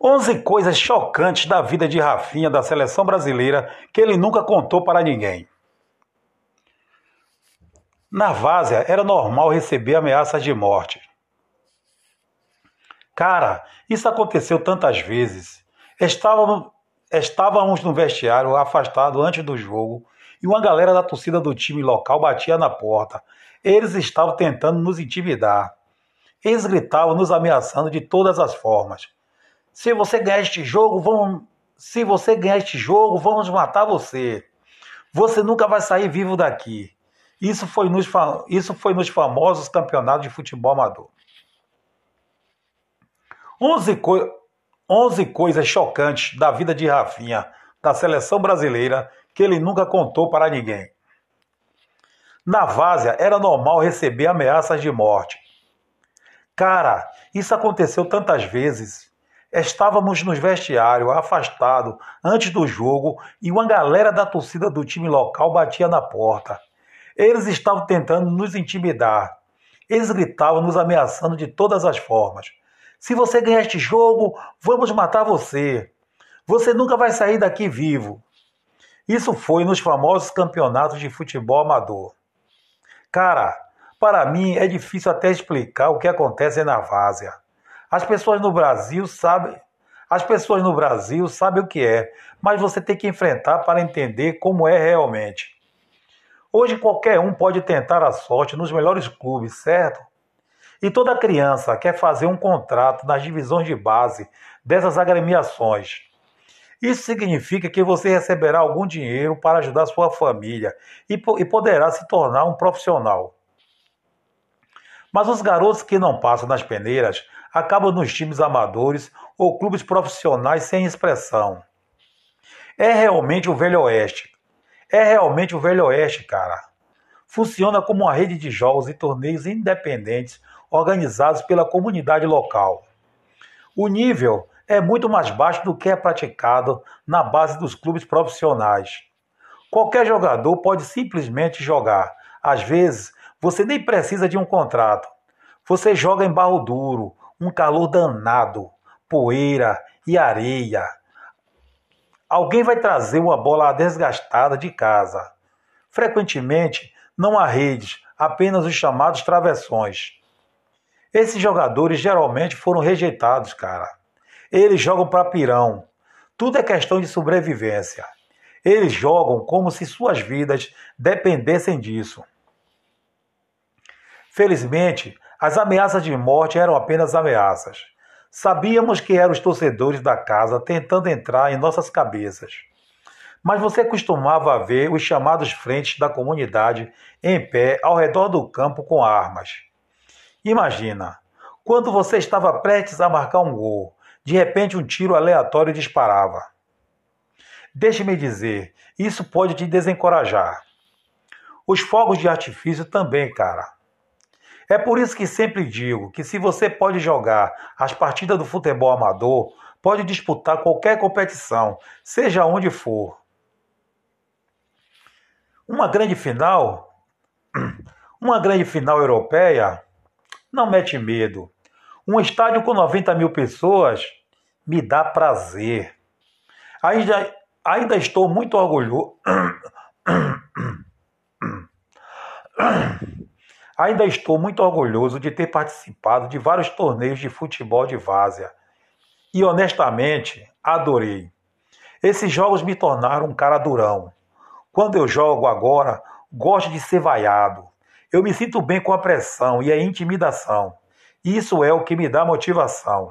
11 coisas chocantes da vida de Rafinha da seleção brasileira que ele nunca contou para ninguém. Na várzea era normal receber ameaças de morte. Cara, isso aconteceu tantas vezes. Estávamos no vestiário afastado antes do jogo e uma galera da torcida do time local batia na porta. Eles estavam tentando nos intimidar. Eles gritavam, nos ameaçando de todas as formas. Se você ganhar este jogo, vamos matar você. Você nunca vai sair vivo daqui. Isso foi nos famosos campeonatos de futebol amador. 11 coisas chocantes da vida de Rafinha, da seleção brasileira, que ele nunca contou para ninguém. Na várzea era normal receber ameaças de morte. Cara, isso aconteceu tantas vezes. Estávamos nos vestiários, afastados, antes do jogo, e uma galera da torcida do time local batia na porta. Eles estavam tentando nos intimidar. Eles gritavam, nos ameaçando de todas as formas. Se você ganhar este jogo, vamos matar você. Você nunca vai sair daqui vivo. Isso foi nos famosos campeonatos de futebol amador. Cara, para mim é difícil até explicar o que acontece na várzea. As pessoas no Brasil sabem o que é, mas você tem que enfrentar para entender como é realmente. Hoje qualquer um pode tentar a sorte nos melhores clubes, certo? E toda criança quer fazer um contrato nas divisões de base dessas agremiações. Isso significa que você receberá algum dinheiro para ajudar sua família e poderá se tornar um profissional. Mas os garotos que não passam nas peneiras acabam nos times amadores ou clubes profissionais sem expressão. É realmente o Velho Oeste. Cara. Funciona como uma rede de jogos e torneios independentes organizados pela comunidade local. O nível é muito mais baixo do que é praticado na base dos clubes profissionais. Qualquer jogador pode simplesmente jogar. Às vezes, você nem precisa de um contrato. Você joga em barro duro, um calor danado, poeira e areia. Alguém vai trazer uma bola desgastada de casa. Frequentemente, não há redes, apenas os chamados travessões. Esses jogadores geralmente foram rejeitados, cara. Eles jogam para pirão. Tudo é questão de sobrevivência. Eles jogam como se suas vidas dependessem disso. Felizmente, as ameaças de morte eram apenas ameaças. Sabíamos que eram os torcedores da casa tentando entrar em nossas cabeças. Mas você costumava ver os chamados frentes da comunidade em pé ao redor do campo com armas. Imagina, quando você estava prestes a marcar um gol, de repente um tiro aleatório disparava. Deixe-me dizer, isso pode te desencorajar. Os fogos de artifício também, cara. É por isso que sempre digo que se você pode jogar as partidas do futebol amador, pode disputar qualquer competição, seja onde for. Uma grande final europeia não mete medo. Um estádio com 90 mil pessoas me dá prazer. Ainda estou muito orgulhoso. Ainda estou muito orgulhoso de ter participado de vários torneios de futebol de várzea. E honestamente, adorei. Esses jogos me tornaram um cara durão. Quando eu jogo agora, gosto de ser vaiado. Eu me sinto bem com a pressão e a intimidação. Isso é o que me dá motivação.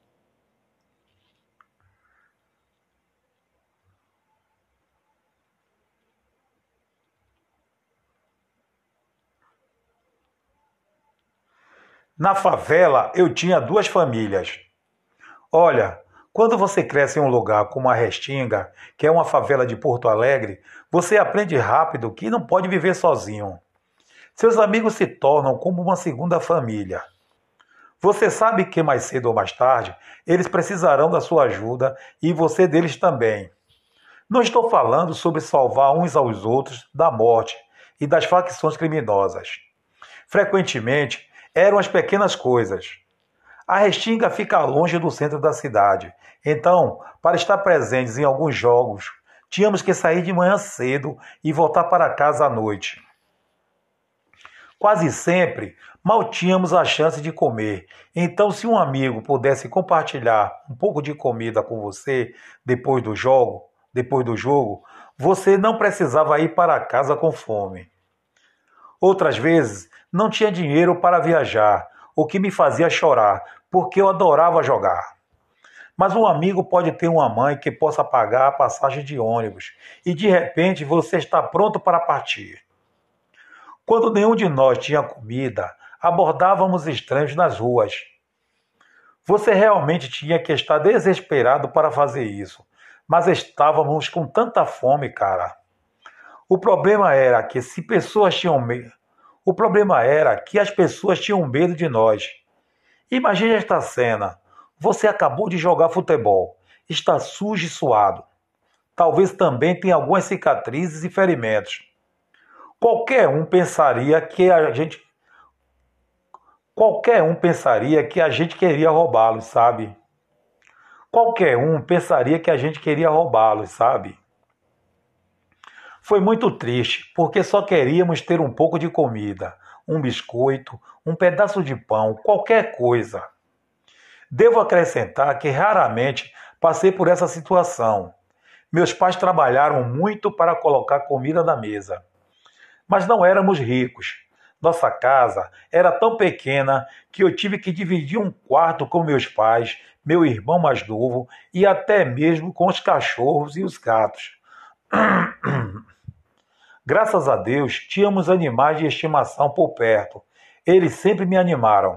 Na favela, eu tinha 2 famílias. Olha, quando você cresce em um lugar como a Restinga, que é uma favela de Porto Alegre, você aprende rápido que não pode viver sozinho. Seus amigos se tornam como uma segunda família. Você sabe que mais cedo ou mais tarde, eles precisarão da sua ajuda e você deles também. Não estou falando sobre salvar uns aos outros da morte e das facções criminosas. Frequentemente, eram as pequenas coisas. A Restinga fica longe do centro da cidade. Então, para estar presentes em alguns jogos, tínhamos que sair de manhã cedo e voltar para casa à noite. Quase sempre, mal tínhamos a chance de comer. Então, se um amigo pudesse compartilhar um pouco de comida com você depois do jogo, você não precisava ir para casa com fome. Outras vezes, não tinha dinheiro para viajar, o que me fazia chorar, porque eu adorava jogar. Mas um amigo pode ter uma mãe que possa pagar a passagem de ônibus e de repente você está pronto para partir. Quando nenhum de nós tinha comida, abordávamos estranhos nas ruas. Você realmente tinha que estar desesperado para fazer isso, mas estávamos com tanta fome, cara. O problema era que se pessoas tinham medo. O problema era que as pessoas tinham medo de nós. Imagine esta cena. Você acabou de jogar futebol, está sujo e suado. Talvez também tenha algumas cicatrizes e ferimentos. Qualquer um pensaria que a gente queria roubá-los, sabe? Qualquer um pensaria que a gente queria roubá-los, sabe? Foi muito triste, porque só queríamos ter um pouco de comida, um biscoito, um pedaço de pão, qualquer coisa. Devo acrescentar que raramente passei por essa situação. Meus pais trabalharam muito para colocar comida na mesa. Mas não éramos ricos. Nossa casa era tão pequena que eu tive que dividir um quarto com meus pais, meu irmão mais novo e até mesmo com os cachorros e os gatos. Graças a Deus, tínhamos animais de estimação por perto. Eles sempre me animaram.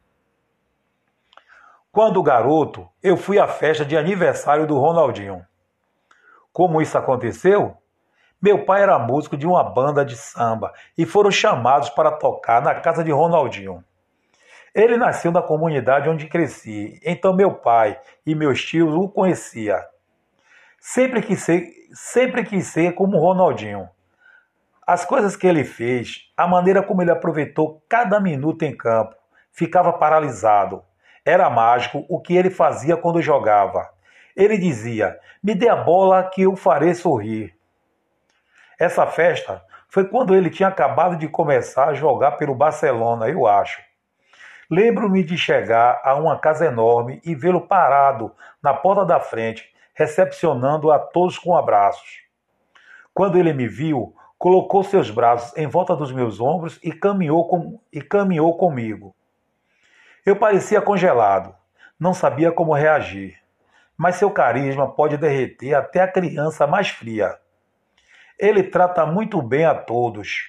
Quando garoto, eu fui à festa de aniversário do Ronaldinho. Como isso aconteceu? Meu pai era músico de uma banda de samba e foram chamados para tocar na casa de Ronaldinho. Ele nasceu na comunidade onde cresci, então meu pai e meus tios o conheciam. Sempre quis ser como Ronaldinho. As coisas que ele fez, a maneira como ele aproveitou cada minuto em campo, ficava paralisado. Era mágico o que ele fazia quando jogava. Ele dizia, me dê a bola que eu farei sorrir. Essa festa foi quando ele tinha acabado de começar a jogar pelo Barcelona, eu acho. Lembro-me de chegar a uma casa enorme e vê-lo parado na porta da frente, recepcionando a todos com abraços. Quando ele me viu, colocou seus braços em volta dos meus ombros e caminhou comigo. Eu parecia congelado, não sabia como reagir, mas seu carisma pode derreter até a criança mais fria. Ele trata muito bem a todos.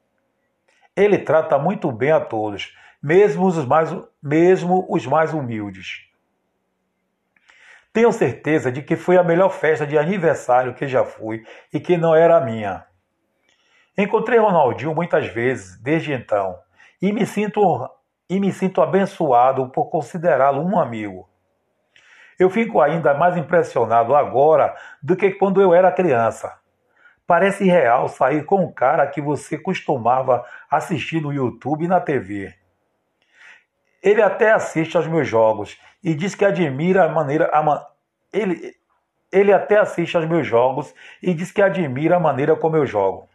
Mesmo os mais humildes. Tenho certeza de que foi a melhor festa de aniversário que já fui e que não era a minha. Encontrei Ronaldinho muitas vezes desde então e me sinto abençoado por considerá-lo um amigo. Eu fico ainda mais impressionado agora do que quando eu era criança. Parece real sair com um cara que você costumava assistir no YouTube e na TV. Ele até assiste aos meus jogos e diz que admira a maneira Ele até assiste aos meus jogos e diz que admira a maneira como eu jogo.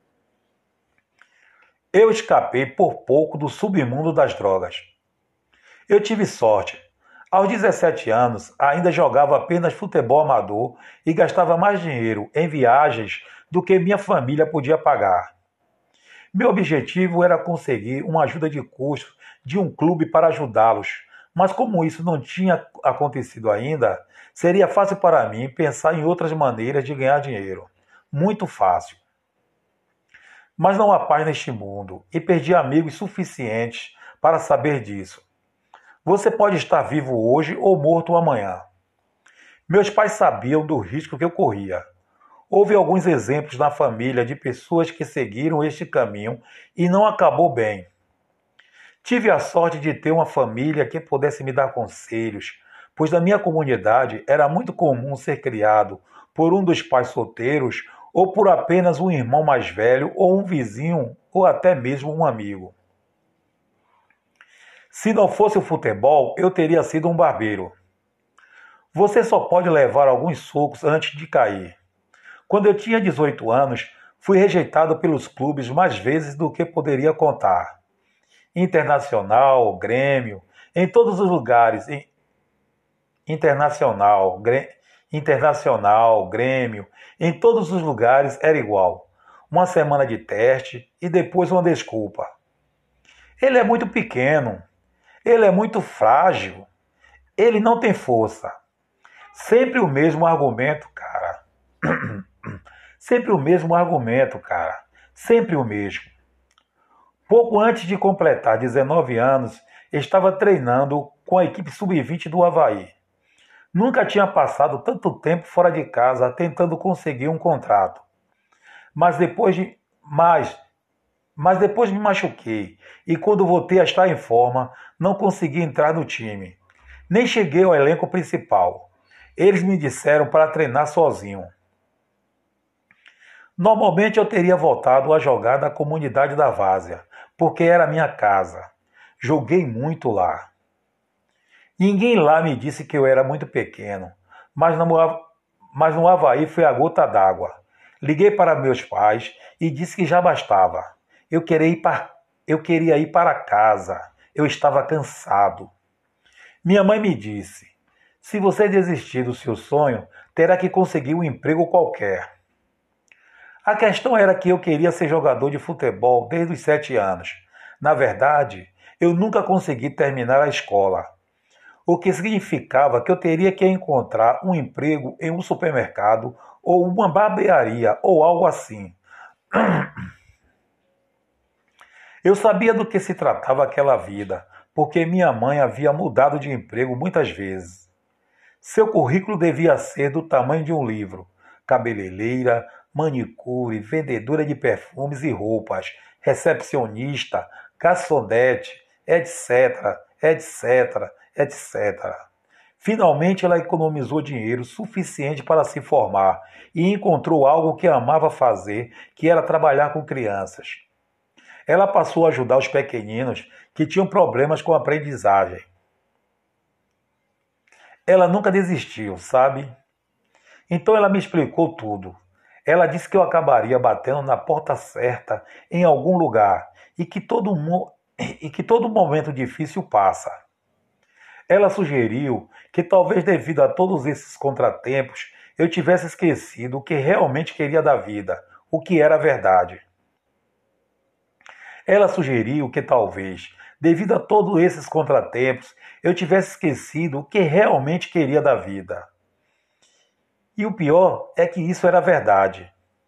Eu escapei por pouco do submundo das drogas. Eu tive sorte. Aos 17 anos, ainda jogava apenas futebol amador e gastava mais dinheiro em viagens do que minha família podia pagar. Meu objetivo era conseguir uma ajuda de custo de um clube para ajudá-los, mas como isso não tinha acontecido ainda, seria fácil para mim pensar em outras maneiras de ganhar dinheiro. Muito fácil. Mas não há paz neste mundo e perdi amigos suficientes para saber disso. Você pode estar vivo hoje ou morto amanhã. Meus pais sabiam do risco que eu corria. Houve alguns exemplos na família de pessoas que seguiram este caminho e não acabou bem. Tive a sorte de ter uma família que pudesse me dar conselhos, pois na minha comunidade era muito comum ser criado por um dos pais solteiros ou por apenas um irmão mais velho ou um vizinho ou até mesmo um amigo. Se não fosse o futebol, eu teria sido um barbeiro. Você só pode levar alguns socos antes de cair. Quando eu tinha 18 anos, fui rejeitado pelos clubes mais vezes do que poderia contar. Internacional, Grêmio, em todos os lugares. Internacional, Internacional, Grêmio, em todos os lugares era igual. Uma semana de teste e depois uma desculpa. Ele é muito pequeno, ele é muito frágil, ele não tem força. Sempre o mesmo argumento, cara. Sempre o mesmo argumento, cara. Sempre o mesmo. Pouco antes de completar 19 anos, estava treinando com a equipe sub-20 do Avaí. Nunca tinha passado tanto tempo fora de casa tentando conseguir um contrato. Mas depois me machuquei e quando voltei a estar em forma, não consegui entrar no time. Nem cheguei ao elenco principal. Eles me disseram para treinar sozinho. Normalmente eu teria voltado a jogar na comunidade da Várzea, porque era minha casa. Joguei muito lá. Ninguém lá me disse que eu era muito pequeno, mas no Avaí foi a gota d'água. Liguei para meus pais e disse que já bastava. Eu queria ir para casa. Eu estava cansado. Minha mãe me disse: se você desistir do seu sonho, terá que conseguir um emprego qualquer. A questão era que eu queria ser jogador de futebol desde os 7 anos. Na verdade, eu nunca consegui terminar a escola, o que significava que eu teria que encontrar um emprego em um supermercado ou uma barbearia ou algo assim. Eu sabia do que se tratava aquela vida, porque minha mãe havia mudado de emprego muitas vezes. Seu currículo devia ser do tamanho de um livro: cabeleireira, manicure, vendedora de perfumes e roupas, recepcionista, garçonete, etc, etc, etc. Finalmente ela economizou dinheiro suficiente para se formar e encontrou algo que amava fazer, que era trabalhar com crianças. Ela passou a ajudar os pequeninos que tinham problemas com a aprendizagem. Ela nunca desistiu, sabe? Então ela me explicou tudo. Ela disse que eu acabaria batendo na porta certa em algum lugar e que todo momento difícil passa. Ela sugeriu que talvez devido a todos esses contratempos eu tivesse esquecido o que realmente queria da vida, o que era a verdade. Ela sugeriu que talvez, devido a todos esses contratempos, eu tivesse esquecido o que realmente queria da vida. E o pior é que isso era verdade.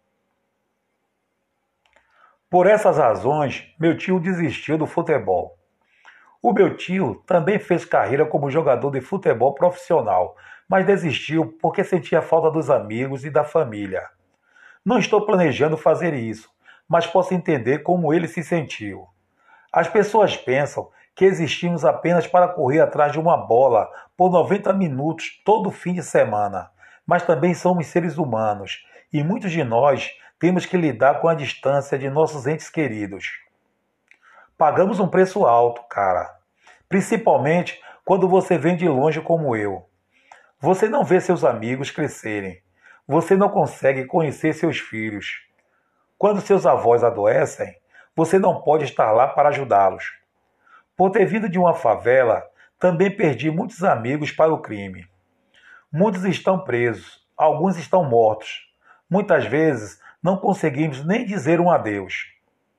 Por essas razões, meu tio desistiu do futebol. O meu tio também fez carreira como jogador de futebol profissional, mas desistiu porque sentia falta dos amigos e da família. Não estou planejando fazer isso, mas posso entender como ele se sentiu. As pessoas pensam que existimos apenas para correr atrás de uma bola por 90 minutos todo fim de semana, mas também somos seres humanos e muitos de nós temos que lidar com a distância de nossos entes queridos. Pagamos um preço alto, cara, principalmente quando você vem de longe como eu. Você não vê seus amigos crescerem, você não consegue conhecer seus filhos. Quando seus avós adoecem, você não pode estar lá para ajudá-los. Por ter vindo de uma favela, também perdi muitos amigos para o crime. Muitos estão presos, alguns estão mortos. Muitas vezes não conseguimos nem dizer um adeus.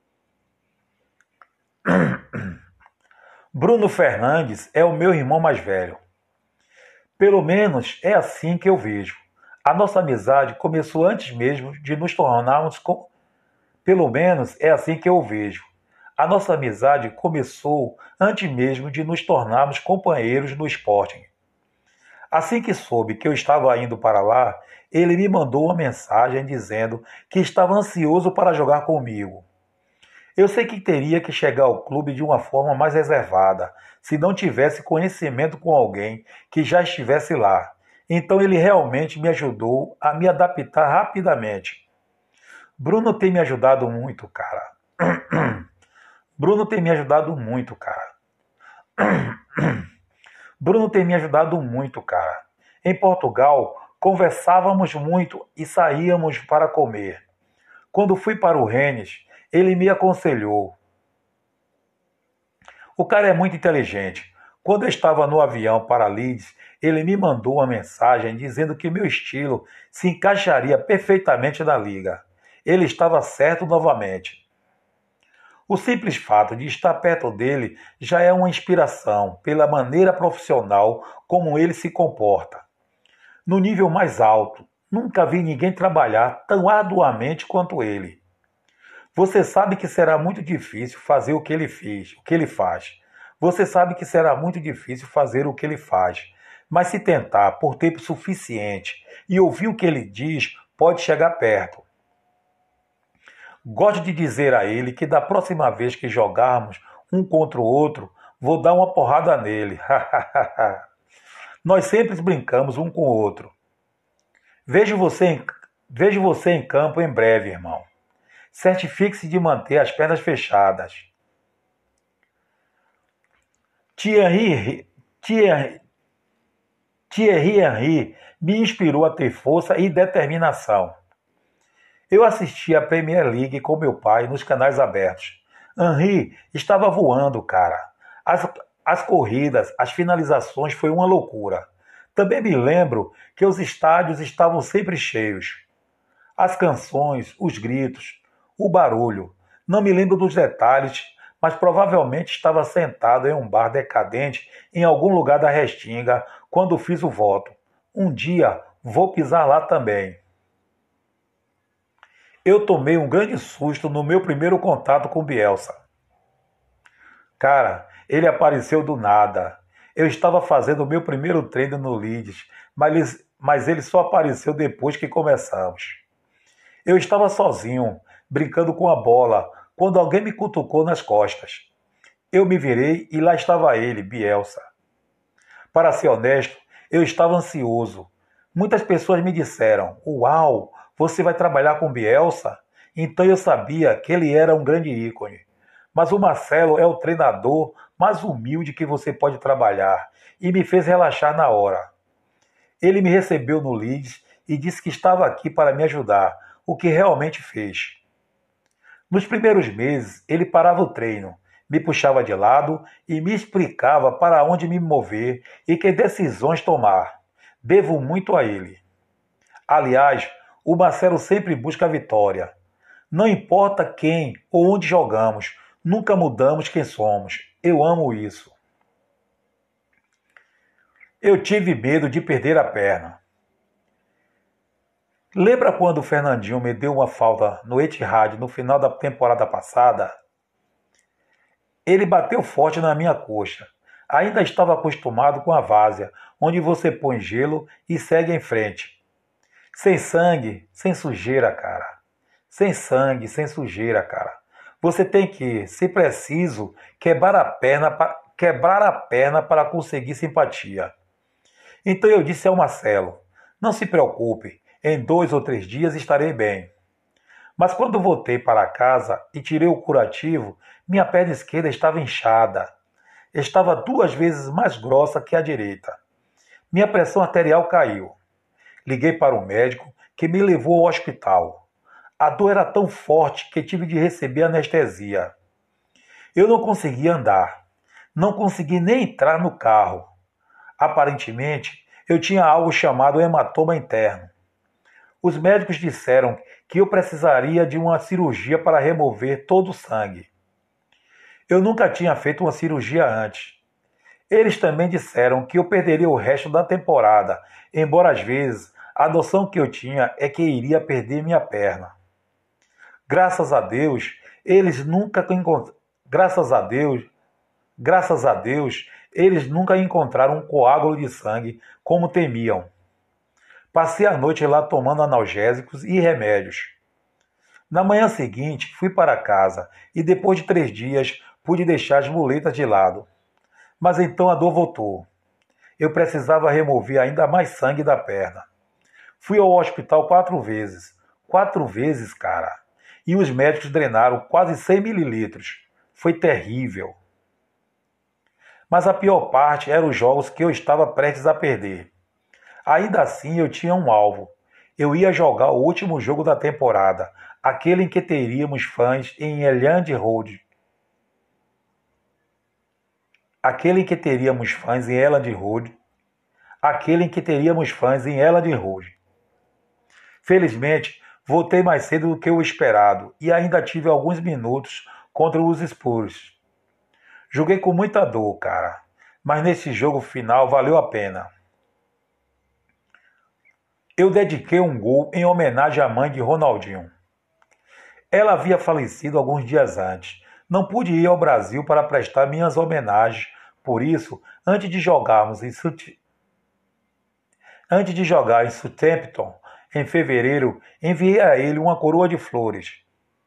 Bruno Fernandes é o meu irmão mais velho. Pelo menos é assim que eu vejo. A nossa amizade começou antes mesmo de nos tornarmos Pelo menos é assim que eu vejo. A nossa amizade começou antes mesmo de nos tornarmos companheiros no Sporting. Assim que soube que eu estava indo para lá, ele me mandou uma mensagem dizendo que estava ansioso para jogar comigo. Eu sei que teria que chegar ao clube de uma forma mais reservada, se não tivesse conhecimento com alguém que já estivesse lá. Então ele realmente me ajudou a me adaptar rapidamente. Bruno tem me ajudado muito, cara. Bruno tem me ajudado muito, cara. Bruno tem me ajudado muito, cara. Em Portugal, conversávamos muito e saíamos para comer. Quando fui para o Rennes, ele me aconselhou. O cara é muito inteligente. Quando eu estava no avião para Leeds, ele me mandou uma mensagem dizendo que meu estilo se encaixaria perfeitamente na liga. Ele estava certo novamente. O simples fato de estar perto dele já é uma inspiração pela maneira profissional como ele se comporta. No nível mais alto, nunca vi ninguém trabalhar tão arduamente quanto ele. Você sabe que será muito difícil fazer o que ele fez, o que ele faz. Você sabe que será muito difícil fazer o que ele faz. Mas se tentar por tempo suficiente e ouvir o que ele diz, pode chegar perto. Gosto de dizer a ele que da próxima vez que jogarmos um contra o outro, vou dar uma porrada nele. Nós sempre brincamos um com o outro. Vejo você em campo em breve, irmão. Certifique-se de manter as pernas fechadas. Thierry Henry me inspirou a ter força e determinação. Eu assisti a Premier League com meu pai nos canais abertos. Henry estava voando, cara. As corridas, as finalizações foi uma loucura. Também me lembro que os estádios estavam sempre cheios. As canções, os gritos, o barulho. Não me lembro dos detalhes, mas provavelmente estava sentado em um bar decadente em algum lugar da Restinga quando fiz o voto. Um dia vou pisar lá também. Eu tomei um grande susto no meu primeiro contato com Bielsa. Cara, ele apareceu do nada. Eu estava fazendo o meu primeiro treino no Leeds, mas ele só apareceu depois que começamos. Eu estava sozinho, brincando com a bola, quando alguém me cutucou nas costas. Eu me virei e lá estava ele, Bielsa. Para ser honesto, eu estava ansioso. Muitas pessoas me disseram, uau, você vai trabalhar com Bielsa? Então eu sabia que ele era um grande ícone. Mas o Marcelo é o treinador mais humilde que você pode trabalhar e me fez relaxar na hora. Ele me recebeu no Leeds e disse que estava aqui para me ajudar, o que realmente fez. Nos primeiros meses, ele parava o treino, me puxava de lado e me explicava para onde me mover e que decisões tomar. Devo muito a ele. Aliás, o Marcelo sempre busca a vitória. Não importa quem ou onde jogamos, nunca mudamos quem somos. Eu amo isso. Eu tive medo de perder a perna. Lembra quando o Fernandinho me deu uma falta no Etihad no final da temporada passada? Ele bateu forte na minha coxa. Ainda estava acostumado com a várzea, onde você põe gelo e segue em frente. Sem sangue, sem sujeira, cara. Sem sangue, sem sujeira, cara. Você tem que, se preciso, quebrar a perna para conseguir simpatia. Então eu disse ao Marcelo, não se preocupe, em 2 ou 3 dias estarei bem. Mas quando voltei para casa e tirei o curativo, minha perna esquerda estava inchada. Estava 2 vezes mais grossa que a direita. Minha pressão arterial caiu. Liguei para o médico, que me levou ao hospital. A dor era tão forte que tive de receber anestesia. Eu não conseguia andar. Não consegui nem entrar no carro. Aparentemente, eu tinha algo chamado hematoma interno. Os médicos disseram que eu precisaria de uma cirurgia para remover todo o sangue. Eu nunca tinha feito uma cirurgia antes. Eles também disseram que eu perderia o resto da temporada, embora às vezes a noção que eu tinha é que iria perder minha perna. Graças a Deus, eles nunca encontraram um coágulo de sangue como temiam. Passei a noite lá tomando analgésicos e remédios. Na manhã seguinte, fui para casa e depois de 3 dias pude deixar as muletas de lado. Mas então a dor voltou. Eu precisava remover ainda mais sangue da perna. Fui ao hospital 4 vezes. 4 vezes, cara. E os médicos drenaram quase 100 mililitros. Foi terrível. Mas a pior parte eram os jogos que eu estava prestes a perder. Ainda assim, eu tinha um alvo. Eu ia jogar o último jogo da temporada, aquele em que teríamos fãs em Elland Road. Aquele em que teríamos fãs em Elland Road. Aquele em que teríamos fãs em Elland Road. Felizmente, voltei mais cedo do que o esperado e ainda tive alguns minutos contra os Spurs. Joguei com muita dor, cara, mas nesse jogo final valeu a pena. Eu dediquei um gol em homenagem à mãe de Ronaldinho. Ela havia falecido alguns dias antes. Não pude ir ao Brasil para prestar minhas homenagens, por isso, antes de jogar em Southampton, em fevereiro, enviei a ele uma coroa de flores.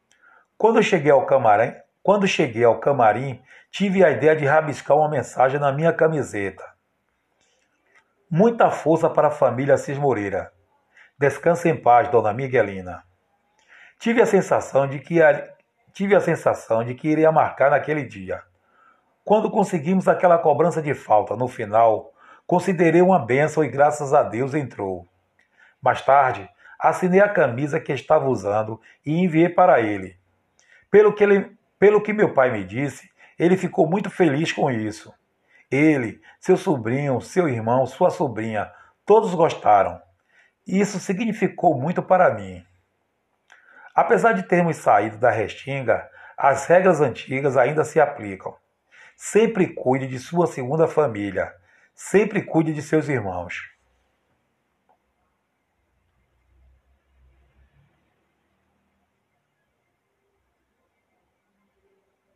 Quando cheguei ao camarim, tive a ideia de rabiscar uma mensagem na minha camiseta. Muita força para a família Assis Moreira. Descanse em paz, dona Miguelina. Tive a sensação de que iria marcar naquele dia. Quando conseguimos aquela cobrança de falta no final, considerei uma bênção e graças a Deus entrou. Mais tarde, assinei a camisa que estava usando e enviei para ele. Pelo que meu pai me disse, ele ficou muito feliz com isso. Ele, seu sobrinho, seu irmão, sua sobrinha, todos gostaram. Isso significou muito para mim. Apesar de termos saído da restinga, as regras antigas ainda se aplicam. Sempre cuide de sua segunda família. Sempre cuide de seus irmãos.